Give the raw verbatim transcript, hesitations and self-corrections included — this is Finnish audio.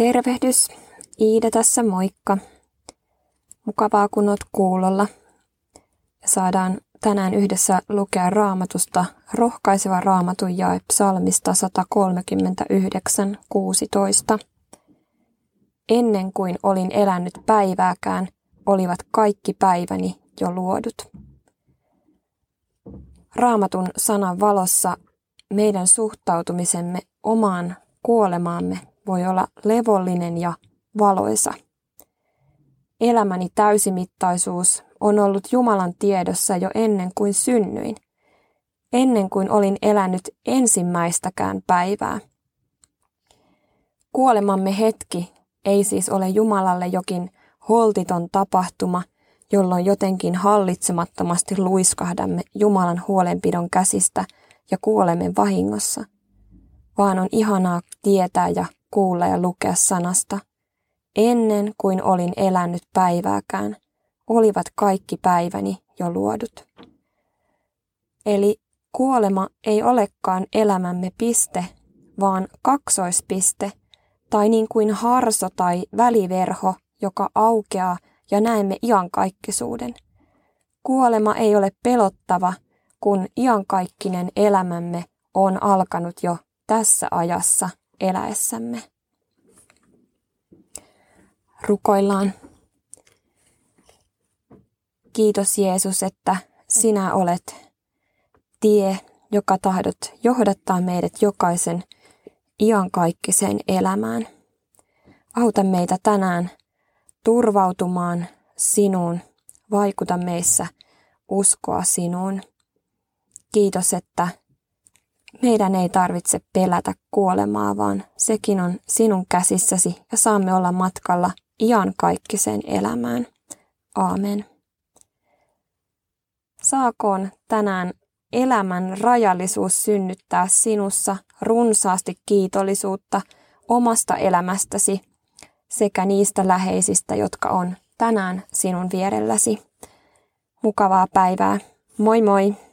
Tervehdys, Iida tässä moikka. Mukavaa kun oot kuulolla. Ja saadaan tänään yhdessä lukea Raamatusta rohkaiseva raamatun jae psalmista sata kolmekymmentäyhdeksän kuusitoista. Ennen kuin olin elänyt päivääkään, olivat kaikki päiväni jo luodut. Raamatun sanan valossa meidän suhtautumisemme omaan kuolemaamme voi olla levollinen ja valoisa. Elämäni täysimittaisuus on ollut Jumalan tiedossa jo ennen kuin synnyin, ennen kuin olin elänyt ensimmäistäkään päivää. Kuolemamme hetki ei siis ole Jumalalle jokin holtiton tapahtuma, jolloin jotenkin hallitsemattomasti luiskahdamme Jumalan huolenpidon käsistä ja kuolemme vahingossa, vaan on ihanaa tietää ja kuulla ja lukea sanasta. Ennen kuin olin elänyt päivääkään, olivat kaikki päiväni jo luodut. Eli kuolema ei olekaan elämämme piste, vaan kaksoispiste, tai niin kuin harso tai väliverho, joka aukeaa ja näemme iankaikkisuuden. Kuolema ei ole pelottava, kun iankaikkinen elämämme on alkanut jo tässä ajassa eläessämme. Rukoillaan. Kiitos Jeesus, että sinä olet tie, joka tahdot johdattaa meidät jokaisen iankaikkiseen elämään. Auta meitä tänään turvautumaan sinuun, vaikuta meissä uskoa sinuun. Kiitos, että meidän ei tarvitse pelätä kuolemaa, vaan sekin on sinun käsissäsi ja saamme olla matkalla iankaikkiseen elämään. Aamen. Saakoon tänään elämän rajallisuus synnyttää sinussa runsaasti kiitollisuutta omasta elämästäsi sekä niistä läheisistä, jotka on tänään sinun vierelläsi. Mukavaa päivää. Moi moi!